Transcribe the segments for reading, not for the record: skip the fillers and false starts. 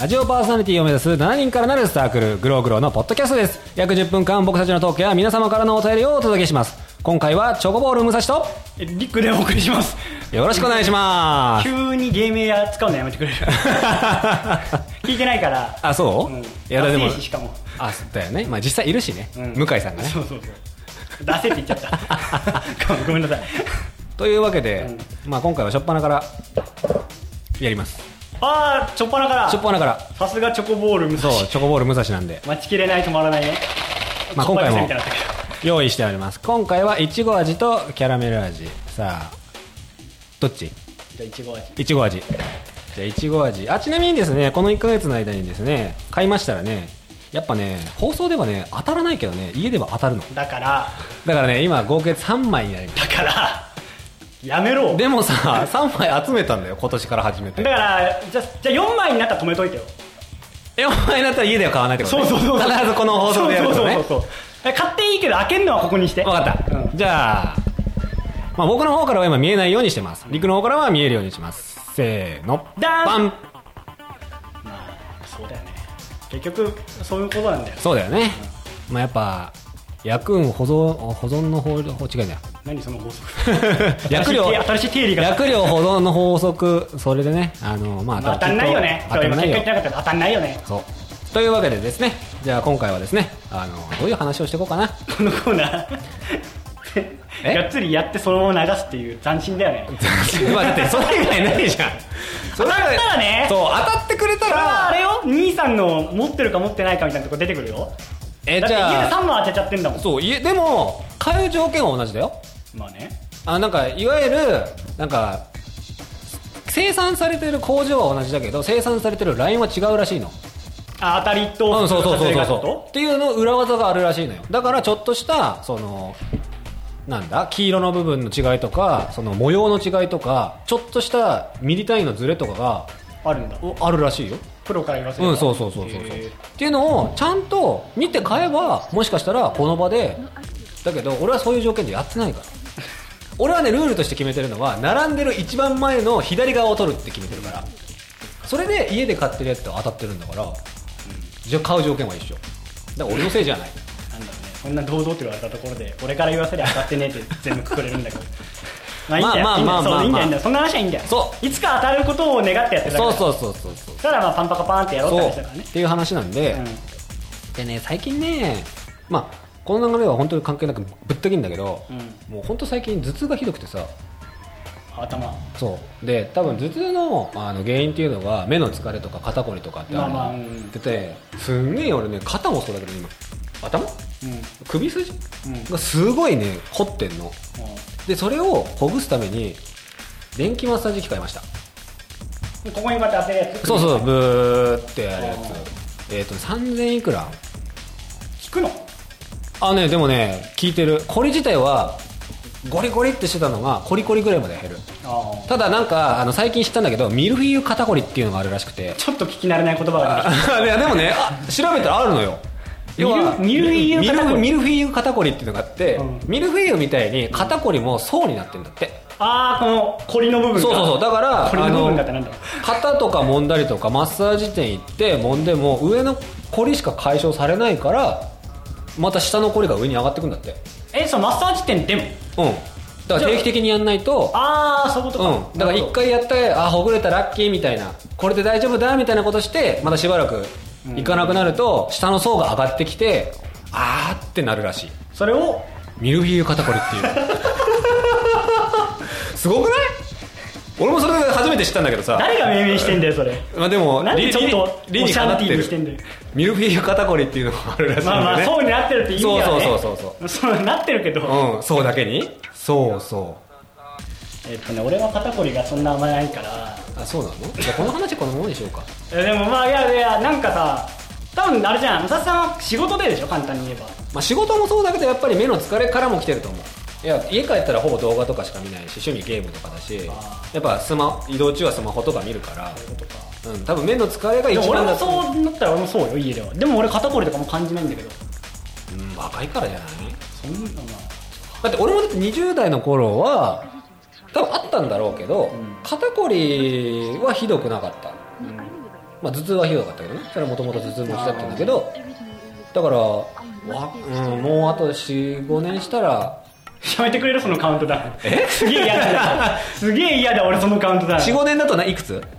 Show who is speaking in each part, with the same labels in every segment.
Speaker 1: ラジオパーソナリティを目指す7人からなるサークルグローグローのポッドキャストです。約10分間僕たちのトークや皆様からのお便りをお届けします。今回はチョコボール武蔵と
Speaker 2: リックでお送りします。
Speaker 1: よろしくお願いします。
Speaker 2: 急に芸名や使うのやめてくれる聞いてないから。
Speaker 1: あ、そう、いやだでも
Speaker 2: しかも
Speaker 1: だよね、まあ、実際いるしね、向井さんがね。
Speaker 2: そう出せって言っちゃったごめんなさい
Speaker 1: というわけで、まあ、今回は初っ端からやります。
Speaker 2: 初っ端からさすがチョコボール武蔵。
Speaker 1: そう、チョコボール武蔵なんで
Speaker 2: 待ちきれない止まらないね。
Speaker 1: まあ、今回も用意しております。今回はいちご味とキャラメル味。さあどっち？
Speaker 2: じゃあいちご味。
Speaker 1: じゃあいちご味。ちなみにですね、この1ヶ月の間にですね買いましたらね、やっぱね放送ではね当たらないけどね、家では当たるの。
Speaker 2: だから
Speaker 1: ね、今合計3枚になります。
Speaker 2: だからやめろ。
Speaker 1: でもさ3枚集めたんだよ、今年から始めて。
Speaker 2: だからじゃあ4枚になったら止めといてよ。
Speaker 1: 4枚になったら家では買わないってことね。
Speaker 2: そう
Speaker 1: 必ずこの放送でやるとね。
Speaker 2: そう買っていいけど開けるのはここにして。
Speaker 1: 分かった、じゃあ、まあ、僕の方からは今見えないようにしてます。陸の方からは見えるようにします。せーの、バン。
Speaker 2: まあそうだよね、結局そういうことなんだよ。
Speaker 1: そうだよね、まあ、やっぱ薬運保存の法違いだよ。
Speaker 2: 何その法則
Speaker 1: 薬量
Speaker 2: 新しい定理が。
Speaker 1: 薬量保存の法則、それでね、まあ、
Speaker 2: 当たんないよね。
Speaker 1: 当たんないよ。
Speaker 2: 当たんないよね。
Speaker 1: そうというわけでですね、じゃあ今回はですね、どういう話をしていこうかな。
Speaker 2: このコーナーがっつりやってそのまま流すっていう斬新だよね。
Speaker 1: まあだってそれ以外ないじゃん。
Speaker 2: 当たったらね、
Speaker 1: そう当たってくれたら
Speaker 2: あれよ、兄さんの持ってるか持ってないかみたいなとこ出てくるよ。だって家で3枚当てちゃってんだもん。
Speaker 1: そう、でも買う条件は同じだよ。
Speaker 2: まあね、
Speaker 1: なんかいわゆるなんか生産されてる工場は同じだけど生産されてるラインは違うらしいの。
Speaker 2: 当たりと
Speaker 1: そう
Speaker 2: そう
Speaker 1: っていうの裏技があるらしいのよ。だからちょっとしたなんだ黄色の部分の違いとか、その模様の違いとか、ちょっとしたミリ単位のズレとかが
Speaker 2: あるんだ。
Speaker 1: あるらしいよ。
Speaker 2: プロから言わせれば。
Speaker 1: そうっていうのをちゃんと見て買えば、もしかしたらこの場で。だけど俺はそういう条件でやってないから俺はね、ルールとして決めてるのは、並んでる一番前の左側を取るって決めてるから。それで家で買ってるやつと当たってるんだから、じゃあ買う条件は一緒だから。俺のせいじゃない
Speaker 2: なんだろうね、そんな堂々って言われたところで俺から言わせりゃ当たってねって全部くくれるんだけどまあいいんだよ、いいんだよ、そんな話はいいんだよ。
Speaker 1: そう
Speaker 2: いつか当たることを願ってやってるだけだ。
Speaker 1: そう
Speaker 2: ただまあパンパカパーンってやろうって話だからね
Speaker 1: っていう話なんで、でね、最近ね、まあこの流れは本当に関係なくぶった切んだけど、もう本当最近頭痛がひどくてさ。
Speaker 2: 頭。
Speaker 1: そうで、多分頭痛の、原因っていうのが目の疲れとか肩こりとかって言ってて、すんげえ俺ね、肩もそうだけど今頭、首筋、がすごいね凝ってんの、でそれをほぐすために電気マッサージ機買いました。
Speaker 2: ここにこうやって当てるやつ。
Speaker 1: そうブーってやるやつ。3000いくら
Speaker 2: 効くの？
Speaker 1: でもね効いてる。これ自体はゴリゴリってしてたのがコリコリぐらいまで減る。ただなんか最近知ったんだけど、ミルフィーユ肩こりっていうのがあるらしくて、
Speaker 2: ちょっと聞き慣れない言葉が出てきた。
Speaker 1: いやでもね、調べたらあるのよ。要は
Speaker 2: ミルフィー
Speaker 1: ユ肩こりっていうのがあって、ミルフィーユみたいに肩こりも層になってるんだって。
Speaker 2: このコリの部分が。
Speaker 1: そうだから
Speaker 2: コリの部分がってなんだろう。
Speaker 1: 肩とか揉んだりとかマッサージ店行って揉んでも上のコリしか解消されないから、また下のコリが上に上がってくんだって。
Speaker 2: そうマッサージ店でも。
Speaker 1: だから定期的にやんないと。
Speaker 2: そういうことか。
Speaker 1: だから一回やってほぐれたラッキーみたいな、これで大丈夫だみたいなことして、またしばらく行かなくなると下の層が上がってきてってなるらしい。
Speaker 2: それを
Speaker 1: ミルフィーユ肩こりっていうすごくない？俺もそれ初めて知ったんだけどさ。
Speaker 2: 誰が命名してんだよそれ。
Speaker 1: でも
Speaker 2: なんでちょっと
Speaker 1: 理にかなってる。ミルフィーユ肩こりっていうのがあるらしいんだよね。
Speaker 2: まあそうになってるって意味はね。
Speaker 1: そう
Speaker 2: なってるけど、
Speaker 1: そうだけにそう
Speaker 2: 俺は肩こりがそんな甘ないから。
Speaker 1: そうなの？じゃあこの話このままにしようか。
Speaker 2: でもまあいやなんかさ、多分あれじゃん、武蔵さんは仕事でしょ、簡単に言えば。
Speaker 1: まあ仕事もそうだけど、やっぱり目の疲れからも来てると思う。いや家帰ったらほぼ動画とかしか見ないし、趣味ゲームとかだし、やっぱ移動中はスマホとか見るから。多分目の疲れが一番だと。
Speaker 2: 俺もそうなったら俺もそうよ、家では。でも俺肩こりとかも感じないんだけど。
Speaker 1: 若いからじゃない？
Speaker 2: そんな
Speaker 1: だって俺もだって20代の頃は多分あったんだろうけど、肩こりはひどくなかった。 まあ、頭痛はひどかったけどね、それはもともと頭痛持ちだったんだけど、だからもうあと 4,5 年したら
Speaker 2: やめてくれるそのカウントダウン。すげえ嫌だすげえ嫌だ俺そのカウントダウン。
Speaker 1: 4,5 年だといくつ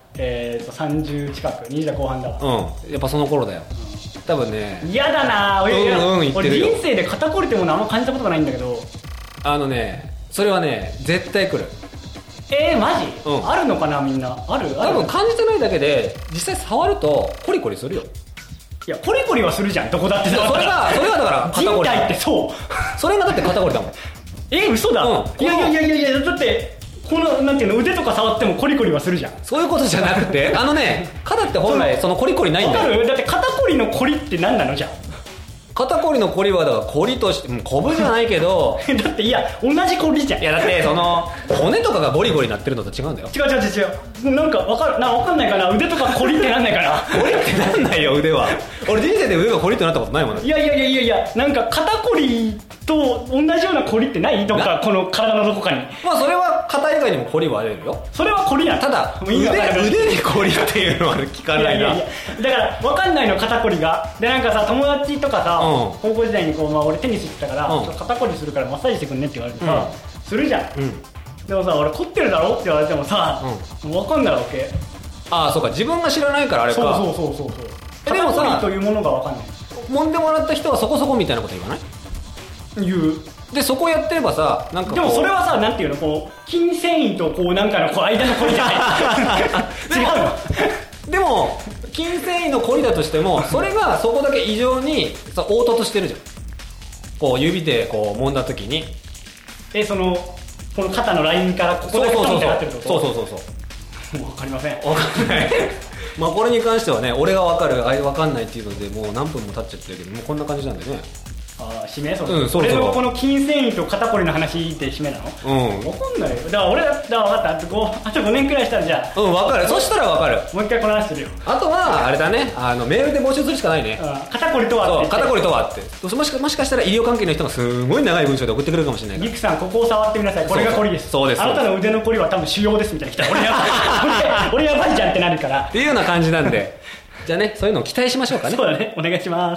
Speaker 2: ？30近く、20代後半だわ。
Speaker 1: やっぱその頃だよ、多分ね。
Speaker 2: 嫌だな俺人生で肩こりってものあんま感じたことがないんだけど、
Speaker 1: それはね絶対来る。
Speaker 2: マジ？あるのかなみんな。ある？
Speaker 1: 多分感じてないだけで実際触るとコリコリするよ。
Speaker 2: いやコリコリはするじゃん、どこだって。それ
Speaker 1: がだから肩こり。
Speaker 2: 人体ってそう
Speaker 1: それがだって肩こりだもん。
Speaker 2: 嘘だ。いやだってこのなんていうの、腕とか触ってもコリコリはするじゃん。
Speaker 1: そういうことじゃなくて肩って本来そのコリコリないんだよ。
Speaker 2: わかる？だって肩こりのコリって何なのじゃん。
Speaker 1: 肩こりのコリはだからコリとしてコブじゃないけど
Speaker 2: だっていや同じコリじゃん。
Speaker 1: いやだってその骨とかがゴリゴリなってるのと違うんだよ。
Speaker 2: 違うなんかわかんないかな。腕とかコリってなんないかな。
Speaker 1: コリってなんないよ腕は。俺人生で腕がコリってなったことないもん。
Speaker 2: いやなんか肩こりと同じようなコリってない？どっかこの体のどこかに。
Speaker 1: まあそれは肩以外にもコリはあるよ。
Speaker 2: それはコリなの。
Speaker 1: ただ腕にコリっていうのは聞かないな。
Speaker 2: だから分かんないの肩こりが。でなんかさ友達とかさ、高校時代に俺テニス行ってたから、肩こりするからマッサージしてくんねって言われてさ、するじゃん。でもさ俺凝ってるだろって言われてもさ、分かんないわけ。
Speaker 1: そうか、自分が知らないからあれか。
Speaker 2: そう肩こりというものが分かんない。
Speaker 1: 揉んでもらった人はそこそこみたいなこと言わない？言う。でそこやってればさ、なんか
Speaker 2: でもそれはさ、なんていうの、こう筋繊維とこうなんかのこう間のコリじゃない違うの。でも
Speaker 1: 筋繊維のコリだとしてもそれがそこだけ異常に凹凸してるじゃん。こう指でこう揉んだ時に
Speaker 2: この肩のラインからここだけトンってなってるってこと？そうもう分かりません。
Speaker 1: 分かんないまあこれに関してはね、俺が分かる分かんないっていうのでもう何分も経っちゃってるけど、もうこんな感じなんでね。
Speaker 2: 締め俺のこの筋繊維と肩こりの話って締めなの？分かんないよ。だから俺だ分かった。あと5年くらいしたらじゃあ
Speaker 1: 分かる。そしたら分かる。
Speaker 2: もう一回この話するよ。
Speaker 1: あとはあれだね、メールで募集するしかないね。
Speaker 2: 肩こりとはって。
Speaker 1: 肩こりとはってもしかしたら医療関係の人がすごい長い文章で送ってくれるかもしれないから。
Speaker 2: ギクさんここを触ってみなさい、これがコリです。
Speaker 1: そうです。
Speaker 2: あなたの腕のコリは多分腫瘍ですみたいな来たら俺やばいじゃんってなるから
Speaker 1: っていうような感じなんでじゃあね、そういうのを期待しましょうかね。
Speaker 2: そうだね、お願いします。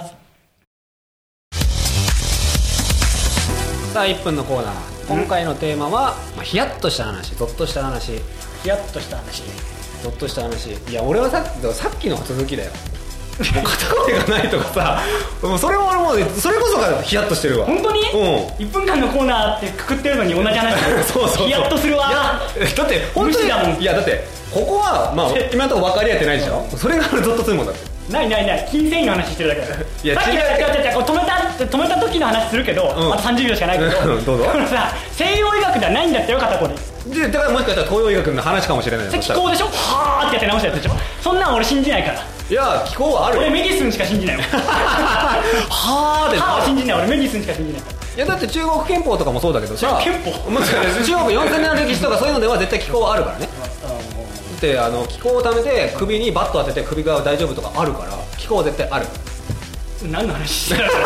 Speaker 1: さあ1分のコーナー、今回のテーマは、ヒヤッとした話、ゾッとした話。
Speaker 2: ヒヤッとした話、
Speaker 1: ゾッとした話。いや俺はさっきの続きだよ。もう肩こりがないとかさそれも俺もうそれこそがヒヤッとしてるわ。
Speaker 2: 本当に1分間のコーナーってくくってるのに同じ話そうヒヤッとするわ。
Speaker 1: だって本当にだもん。いやだってここは今のところ分かり合ってないでしょ。それがゾッとするもんだって。
Speaker 2: ない筋繊維の話してるだけだ。いやさっき違う止めた時の話するけど、あと30秒しかないけど、
Speaker 1: どうぞ。
Speaker 2: このさ西洋医学ではないんだってよ肩こり
Speaker 1: で。だからもしかしたら東洋医学の話かもしれない。
Speaker 2: 気候でしょ、はーってやって直したやつでしょ。そんなん俺信じないから。
Speaker 1: いや気候はある。
Speaker 2: 俺メディスンしか信じないもんはーでは信じない。俺メディスンしか信じないから。
Speaker 1: いやだって中国憲法とかもそうだけどさ、
Speaker 2: 憲法
Speaker 1: 中国4000年の歴史とかそういうのでは絶対気候はあるからね。で気候をためて首にバット当てて首が大丈夫とかあるから気候は絶対ある。
Speaker 2: 何の話してる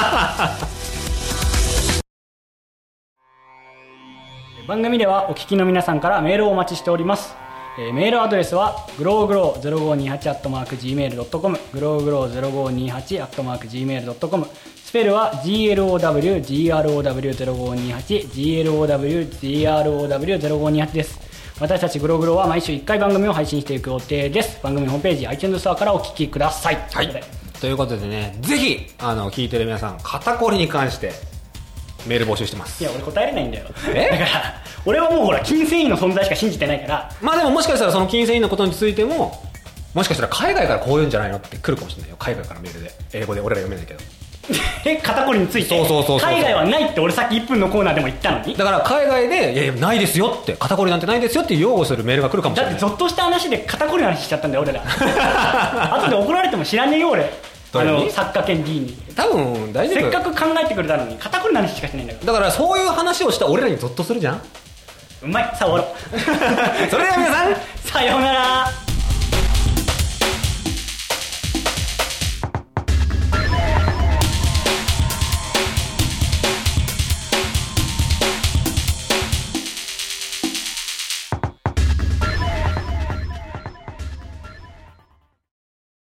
Speaker 2: 番組ではお聞きの皆さんからメールをお待ちしております。メールアドレスは growgrow0528@gmail.com growgrow0528@gmail.com スペルは glowgrow0528 です。私たちグログロは毎週1回番組を配信していく予定です。番組ホームページ iTunes ストアからお聞きください。
Speaker 1: はい、ということでね、ぜひ聞いてる皆さん肩こりに関してメール募集してます。
Speaker 2: いや俺答えれないんだよ。だから俺はもうほら筋繊維の存在しか信じてないから。
Speaker 1: まあでももしかしたらその筋繊維のことについてももしかしたら海外からこういうんじゃないのって来るかもしれないよ。海外からメールで英語で俺ら読めないけど
Speaker 2: 肩こりについて
Speaker 1: そう
Speaker 2: 海外はないって俺さっき1分のコーナーでも言ったのに。
Speaker 1: だから海外でいやないですよって、肩こりなんてないですよって擁護するメールが来るかもしれない。
Speaker 2: だってゾッとした話で肩こりの話しちゃったんだよ俺ら後で怒られても知らねえよ俺。作家兼 D に
Speaker 1: 多分大丈夫。
Speaker 2: せっかく考えてくれたのに肩こりの話しかしないんだから。
Speaker 1: だからそういう話をした俺らにゾッとするじゃん。
Speaker 2: うまい。さあ終わろう
Speaker 1: それでは皆さん
Speaker 2: さようなら。